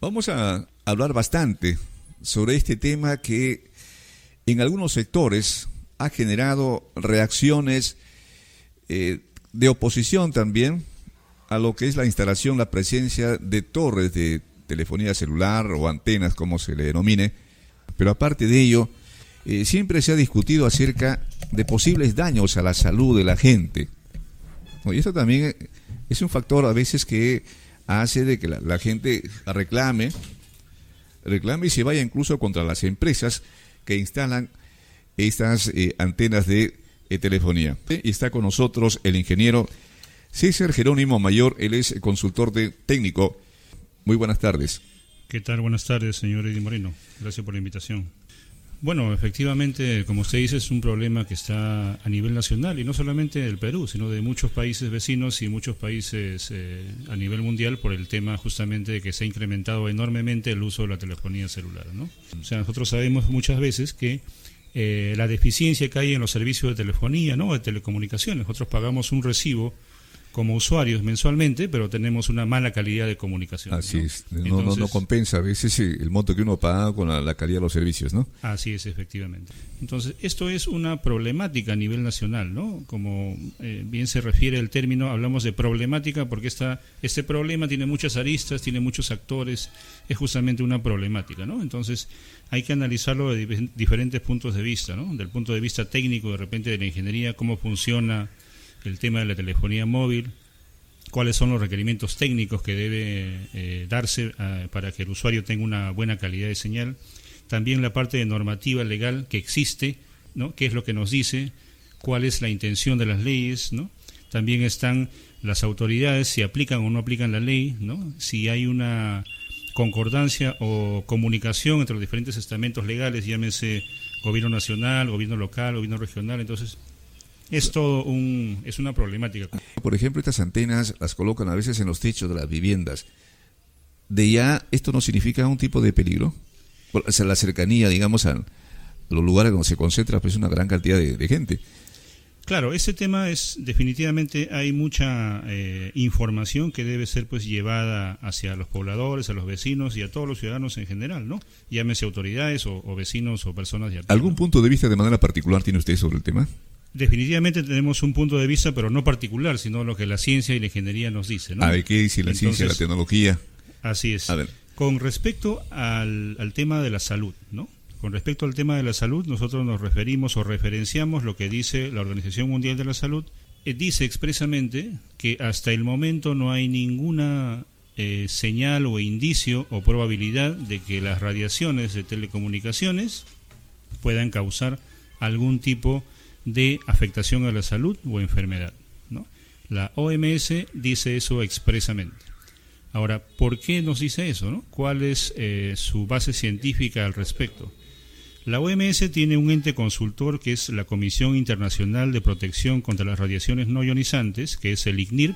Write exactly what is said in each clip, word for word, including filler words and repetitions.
Vamos a hablar bastante sobre este tema que en algunos sectores ha generado reacciones eh, de oposición también a lo que es la instalación, la presencia de torres de telefonía celular o antenas, como se le denomine. Pero aparte de ello, eh, siempre se ha discutido acerca de posibles daños a la salud de la gente. Y esto también es un factor a veces que hace de que la, la gente reclame, reclame y se vaya incluso contra las empresas que instalan estas eh, antenas de eh, telefonía. Y está con nosotros el ingeniero César Jerónimo Mayor, él es consultor de técnico. Muy buenas tardes. ¿Qué tal? Buenas tardes, señor Eddie Moreno. Gracias por la invitación. Bueno, efectivamente, como usted dice, es un problema que está a nivel nacional, y no solamente del Perú, sino de muchos países vecinos y muchos países eh, a nivel mundial, por el tema justamente de que se ha incrementado enormemente el uso de la telefonía celular, ¿no? O sea, nosotros sabemos muchas veces que eh, la deficiencia que hay en los servicios de telefonía, ¿no?, de telecomunicaciones. Nosotros pagamos un recibo como usuarios mensualmente, pero tenemos una mala calidad de comunicación. Así ¿no? es, no, Entonces, no, no compensa a veces el monto que uno paga con la, la calidad de los servicios, ¿no? Así es, efectivamente. Entonces, esto es una problemática a nivel nacional, ¿no? Como eh, bien se refiere el término, hablamos de problemática porque esta, este problema tiene muchas aristas, tiene muchos actores, es justamente una problemática, ¿no? Entonces, hay que analizarlo de dif- diferentes puntos de vista, ¿no? Del punto de vista técnico, de repente, de la ingeniería, cómo funciona el tema de la telefonía móvil, cuáles son los requerimientos técnicos que debe eh, darse uh, para que el usuario tenga una buena calidad de señal. También la parte de normativa legal que existe, ¿no?, qué es lo que nos dice, cuál es la intención de las leyes, ¿no? También están las autoridades, si aplican o no aplican la ley, ¿no? Si hay una concordancia o comunicación entre los diferentes estamentos legales, llámese gobierno nacional, gobierno local, gobierno regional. Entonces, es todo un, es una problemática. Por ejemplo, estas antenas las colocan a veces en los techos de las viviendas. ¿De ya esto no significa un tipo de peligro? O sea, la cercanía, digamos, a los lugares donde se concentra pues una gran cantidad de, de gente. Claro, ese tema es, definitivamente hay mucha eh, información que debe ser pues llevada hacia los pobladores, a los vecinos y a todos los ciudadanos en general, ¿no? Llámese autoridades o, o vecinos o personas de a pie, ¿Algún ¿no? punto de vista de manera particular tiene usted sobre el tema? Definitivamente tenemos un punto de vista, pero no particular, sino lo que la ciencia y la ingeniería nos dice, ¿no? A ver, ¿qué dice la Entonces, ciencia, la tecnología? Así es. A ver. Con respecto al, al tema de la salud, ¿no? Con respecto al tema de la salud, nosotros nos referimos o referenciamos lo que dice la Organización Mundial de la Salud. Eh, dice expresamente que hasta el momento no hay ninguna eh, señal o indicio o probabilidad de que las radiaciones de telecomunicaciones puedan causar algún tipo de afectación a la salud o enfermedad, ¿no? La O M S dice eso expresamente. Ahora, ¿por qué nos dice eso, no? ¿Cuál es eh, su base científica al respecto? La O M S tiene un ente consultor que es la Comisión Internacional de Protección contra las Radiaciones No Ionizantes, que es el I C N I R P,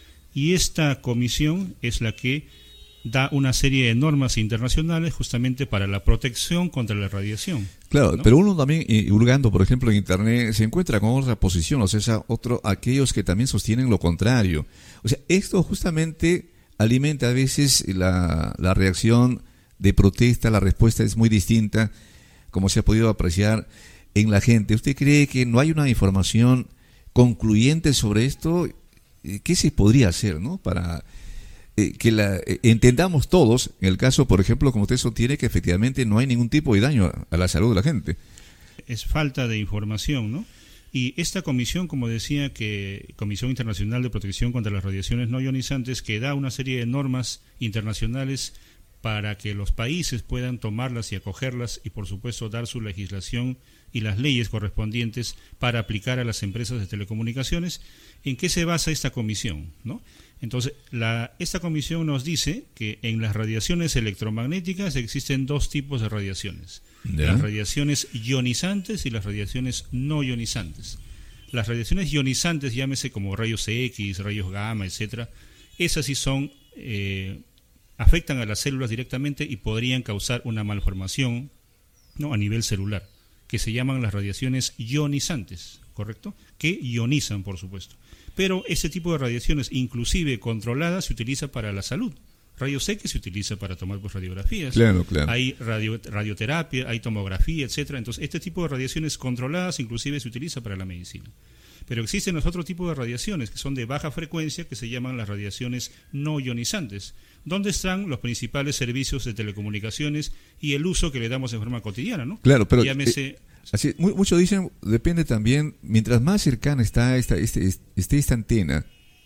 y esta comisión es la que da una serie de normas internacionales justamente para la protección contra la radiación. Claro, ¿no? Pero uno también, eh, hurgando, por ejemplo, en Internet, se encuentra con otra posición, o sea, otro, aquellos que también sostienen lo contrario. O sea, esto justamente alimenta a veces la, la reacción de protesta, la respuesta es muy distinta, como se ha podido apreciar en la gente. ¿Usted cree que no hay una información concluyente sobre esto? ¿Qué se podría hacer, no, para eh, que la eh, entendamos todos, en el caso, por ejemplo, como usted sostiene, que efectivamente no hay ningún tipo de daño a, a la salud de la gente? Es falta de información, ¿no? Y esta comisión, como decía, que Comisión Internacional de Protección contra las Radiaciones No Ionizantes, que da una serie de normas internacionales para que los países puedan tomarlas y acogerlas y, por supuesto, dar su legislación y las leyes correspondientes para aplicar a las empresas de telecomunicaciones. ¿En qué se basa esta comisión, no? Entonces, la, esta comisión nos dice que en las radiaciones electromagnéticas existen dos tipos de radiaciones. ¿Ya? Las radiaciones ionizantes y las radiaciones no ionizantes. Las radiaciones ionizantes, llámese como rayos X, rayos gamma, etcétera, esas sí son... Eh, afectan a las células directamente y podrían causar una malformación, ¿no?, a nivel celular, que se llaman las radiaciones ionizantes, ¿correcto? Que ionizan, por supuesto. Pero ese tipo de radiaciones, inclusive controladas, se utiliza para la salud, Rayos X se utiliza para tomar pues, radiografías. Claro, claro. Hay radio, radioterapia, hay tomografía, etcétera. Entonces, este tipo de radiaciones controladas inclusive se utiliza para la medicina. Pero existen los otros tipos de radiaciones que son de baja frecuencia, que se llaman las radiaciones no ionizantes, donde están los principales servicios de telecomunicaciones y el uso que le damos de forma cotidiana, ¿no? Claro, pero Llámese, eh, así, mu- muchos dicen, depende también, mientras más cercana está esta, este, este, esta antena,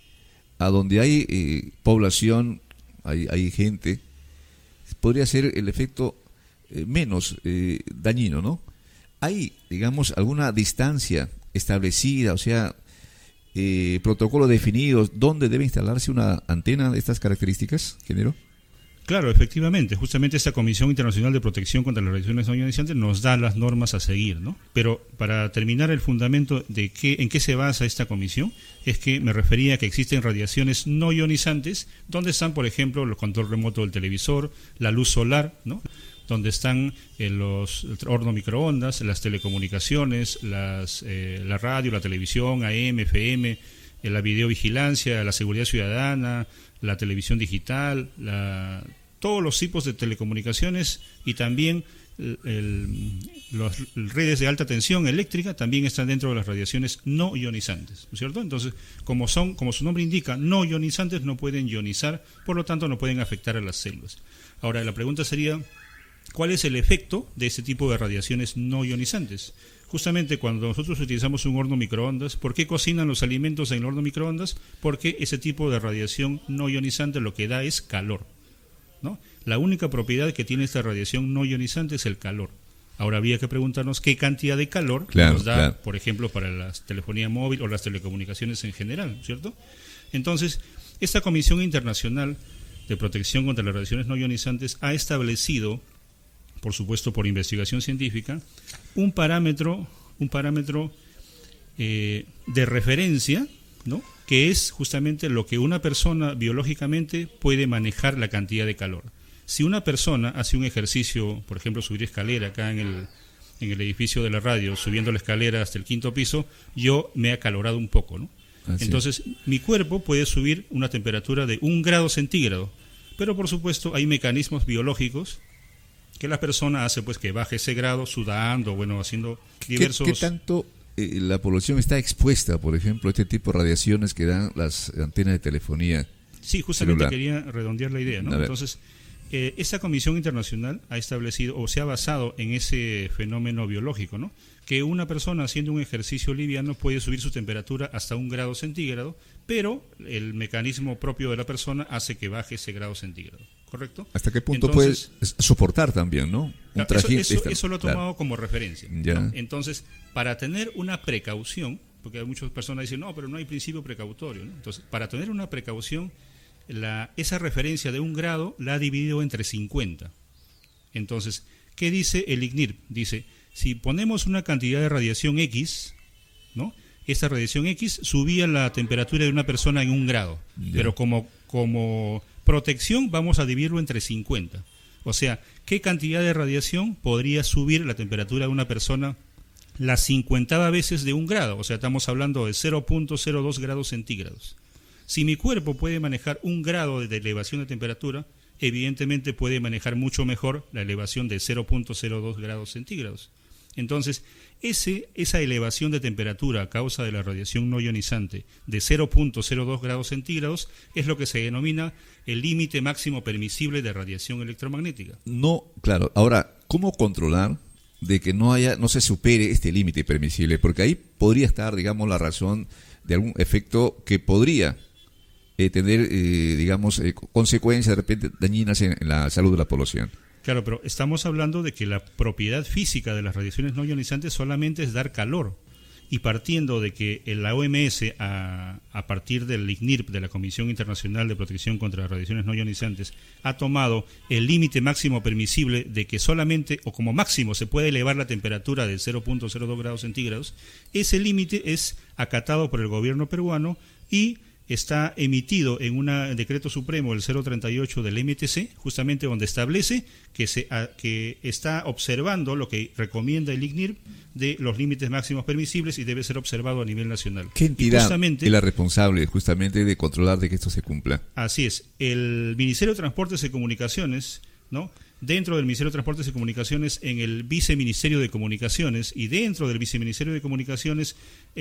a donde hay eh, población, hay, hay gente, podría ser el efecto eh, menos eh, dañino, ¿no? Hay, digamos, alguna distancia establecida, o sea, eh, protocolos definidos, ¿dónde debe instalarse una antena de estas características, ingeniero? Claro, efectivamente, justamente esta Comisión Internacional de Protección contra las Radiaciones No Ionizantes nos da las normas a seguir, ¿no? Pero para terminar el fundamento de qué, en qué se basa esta comisión, es que me refería a que existen radiaciones no ionizantes, donde están, por ejemplo, el control remoto del televisor, la luz solar, ¿no? Donde están eh, los el horno microondas, las telecomunicaciones, las, eh, la radio, la televisión, A M, F M, eh, la videovigilancia, la seguridad ciudadana, la televisión digital, la, todos los tipos de telecomunicaciones y también el, el, las redes de alta tensión eléctrica también están dentro de las radiaciones no ionizantes, ¿no es cierto? Entonces, como son, como su nombre indica, no ionizantes, no pueden ionizar, por lo tanto no pueden afectar a las células. Ahora, la pregunta sería, ¿cuál es el efecto de este tipo de radiaciones no ionizantes? Justamente cuando nosotros utilizamos un horno microondas, ¿por qué cocinan los alimentos en el horno microondas? Porque ese tipo de radiación no ionizante lo que da es calor, ¿no? La única propiedad que tiene esta radiación no ionizante es el calor. Ahora habría que preguntarnos qué cantidad de calor claro, nos da, claro. por ejemplo, para la telefonía móvil o las telecomunicaciones en general, ¿cierto? Entonces, esta Comisión Internacional de Protección contra las Radiaciones No Ionizantes ha establecido, por supuesto por investigación científica, un parámetro, un parámetro eh, de referencia, ¿no? Que es justamente lo que una persona biológicamente puede manejar la cantidad de calor. Si una persona hace un ejercicio, por ejemplo, subir escalera acá en el, en el edificio de la radio, subiendo la escalera hasta el quinto piso, yo me he acalorado un poco, ¿no? Así. Entonces, mi cuerpo puede subir una temperatura de un grado centígrado, pero por supuesto hay mecanismos biológicos que la persona hace pues que baje ese grado sudando, bueno, haciendo diversos... ¿Qué, qué tanto eh, la población está expuesta, por ejemplo, a este tipo de radiaciones que dan las antenas de telefonía? Sí, justamente celular. Quería redondear la idea, ¿no? Entonces, eh, esta comisión internacional ha establecido o se ha basado en ese fenómeno biológico, ¿no? Que una persona haciendo un ejercicio liviano puede subir su temperatura hasta un grado centígrado, pero el mecanismo propio de la persona hace que baje ese grado centígrado, ¿correcto? ¿Hasta qué punto Entonces, puedes soportar también, no? Un claro, traje, eso, eso, esta, eso lo he tomado claro. como referencia, ¿no? Entonces, para tener una precaución, porque muchas personas dicen, no, pero no hay principio precautorio, ¿no? Entonces, para tener una precaución, la, esa referencia de un grado la ha dividido entre cincuenta. Entonces, ¿qué dice el I C N I R P? Dice, si ponemos una cantidad de radiación X, ¿no? Esta radiación X subía la temperatura de una persona en un grado, yeah. pero como, como protección vamos a dividirlo entre cincuenta. O sea, ¿qué cantidad de radiación podría subir la temperatura de una persona las cincuenta veces de un grado? O sea, estamos hablando de cero punto cero dos grados centígrados. Si mi cuerpo puede manejar un grado de elevación de temperatura, evidentemente puede manejar mucho mejor la elevación de cero punto cero dos grados centígrados. Entonces, ese, esa elevación de temperatura a causa de la radiación no ionizante de cero punto cero dos grados centígrados es lo que se denomina el límite máximo permisible de radiación electromagnética. No, claro. Ahora, ¿cómo controlar de que no haya, no se supere este límite permisible? Porque ahí podría estar, digamos, la razón de algún efecto que podría eh, tener, eh, digamos, eh, consecuencias de repente dañinas en, en la salud de la población. Claro, pero estamos hablando de que la propiedad física de las radiaciones no ionizantes solamente es dar calor. Y partiendo de que la O M S, a, a partir del I C N I R P, de la Comisión Internacional de Protección contra las Radiaciones No Ionizantes, ha tomado el límite máximo permisible de que solamente, o como máximo, se puede elevar la temperatura de cero punto cero dos grados centígrados, ese límite es acatado por el gobierno peruano y está emitido en un decreto supremo, el cero treinta y ocho del M T C, justamente donde establece que, se, a, que está observando lo que recomienda el I C N I R P de los límites máximos permisibles y debe ser observado a nivel nacional. ¿Qué entidad es la responsable justamente de controlar de que esto se cumpla? Así es, el Ministerio de Transportes y Comunicaciones, ¿no? Dentro del Ministerio de Transportes y Comunicaciones, en el Viceministerio de Comunicaciones, y dentro del Viceministerio de Comunicaciones,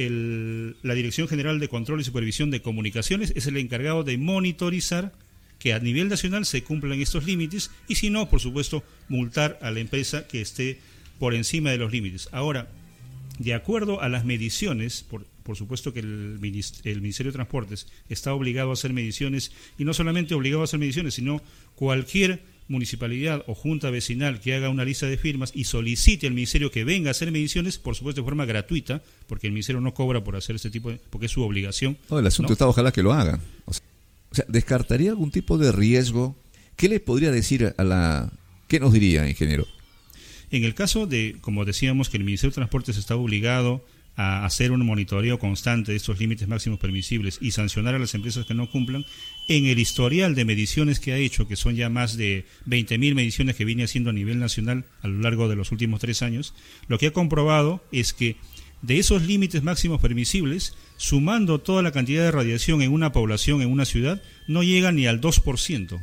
el, la Dirección General de Control y Supervisión de Comunicaciones es el encargado de monitorizar que a nivel nacional se cumplan estos límites, y si no, por supuesto, multar a la empresa que esté por encima de los límites. Ahora, de acuerdo a las mediciones, por, por supuesto que el, el Ministerio de Transportes está obligado a hacer mediciones, y no solamente obligado a hacer mediciones, sino cualquier municipalidad o junta vecinal que haga una lista de firmas y solicite al ministerio que venga a hacer mediciones, por supuesto de forma gratuita, porque el ministerio no cobra por hacer este tipo de, porque es su obligación. No, el asunto, ¿no?, está, ojalá que lo hagan. O sea, o sea, ¿descartaría algún tipo de riesgo? ¿Qué le podría decir a la... ¿Qué nos diría, ingeniero? En el caso de, como decíamos, que el Ministerio de Transportes está obligado a hacer un monitoreo constante de estos límites máximos permisibles y sancionar a las empresas que no cumplan, en el historial de mediciones que ha hecho, que son ya más de veinte mil mediciones que viene haciendo a nivel nacional a lo largo de los últimos tres años, lo que ha comprobado es que de esos límites máximos permisibles, sumando toda la cantidad de radiación en una población, en una ciudad, no llega ni al dos por ciento.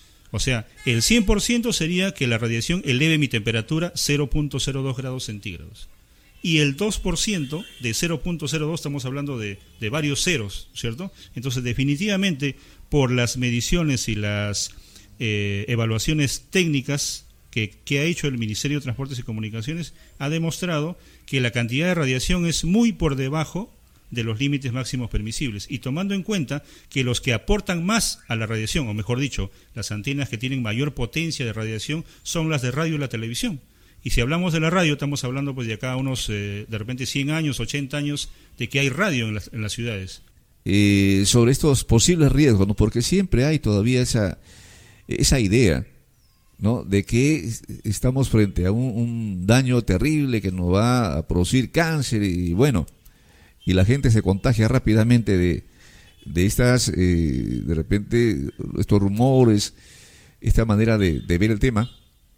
O sea, el cien por ciento sería que la radiación eleve mi temperatura cero punto cero dos grados centígrados. Y el dos por ciento de cero punto cero dos, estamos hablando de, de varios ceros, ¿cierto? Entonces, definitivamente, por las mediciones y las eh, evaluaciones técnicas que, que ha hecho el Ministerio de Transportes y Comunicaciones, ha demostrado que la cantidad de radiación es muy por debajo de los límites máximos permisibles, y tomando en cuenta que los que aportan más a la radiación, o mejor dicho, las antenas que tienen mayor potencia de radiación, son las de radio y la televisión. Y si hablamos de la radio, estamos hablando pues de acá unos, eh, de repente, cien años, ochenta años, de que hay radio en las, en las ciudades. Eh, sobre estos posibles riesgos, ¿no? Porque siempre hay todavía esa, esa idea, ¿no?, de que estamos frente a un, un daño terrible que nos va a producir cáncer, y bueno, y la gente se contagia rápidamente de, de estas, eh, de repente, estos rumores, esta manera de, de ver el tema.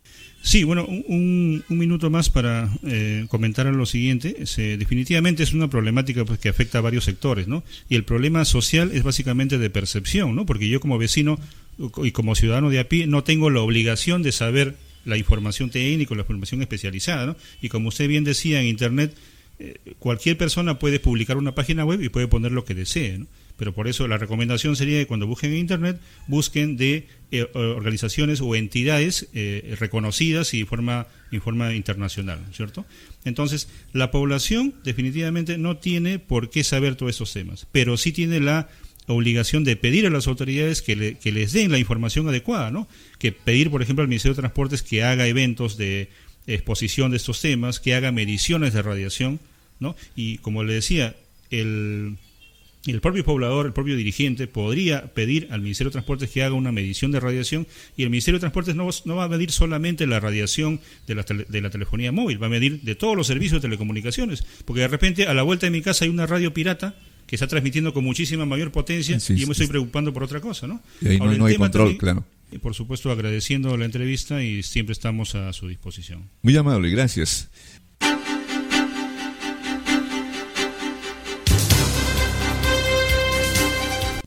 Sí, bueno, un, un minuto más para eh, comentar lo siguiente. Se, definitivamente es una problemática pues, que afecta a varios sectores, ¿no? Y el problema social es básicamente de percepción, ¿no? Porque yo como vecino y como ciudadano de a pie no tengo la obligación de saber la información técnica, la información especializada, ¿no? Y como usted bien decía, en Internet eh, cualquier persona puede publicar una página web y puede poner lo que desee, ¿no? Pero por eso la recomendación sería que cuando busquen en Internet, busquen de eh, organizaciones o entidades eh, reconocidas y de forma, en forma internacional, ¿cierto? Entonces, la población definitivamente no tiene por qué saber todos estos temas, pero sí tiene la obligación de pedir a las autoridades que, le, que les den la información adecuada, ¿no? Que pedir, por ejemplo, al Ministerio de Transportes que haga eventos de exposición de estos temas, que haga mediciones de radiación, ¿no? Y como le decía, el... Y el propio poblador, el propio dirigente, podría pedir al Ministerio de Transportes que haga una medición de radiación, y el Ministerio de Transportes no, no va a medir solamente la radiación de la, tele, de la telefonía móvil, va a medir de todos los servicios de telecomunicaciones, porque de repente a la vuelta de mi casa hay una radio pirata que está transmitiendo con muchísima mayor potencia, sí, y yo me estoy preocupando por otra cosa, ¿no? Y ahí Ahora, no, no hay control, también, claro. Y por supuesto agradeciendo la entrevista, y siempre estamos a su disposición. Muy amable, gracias.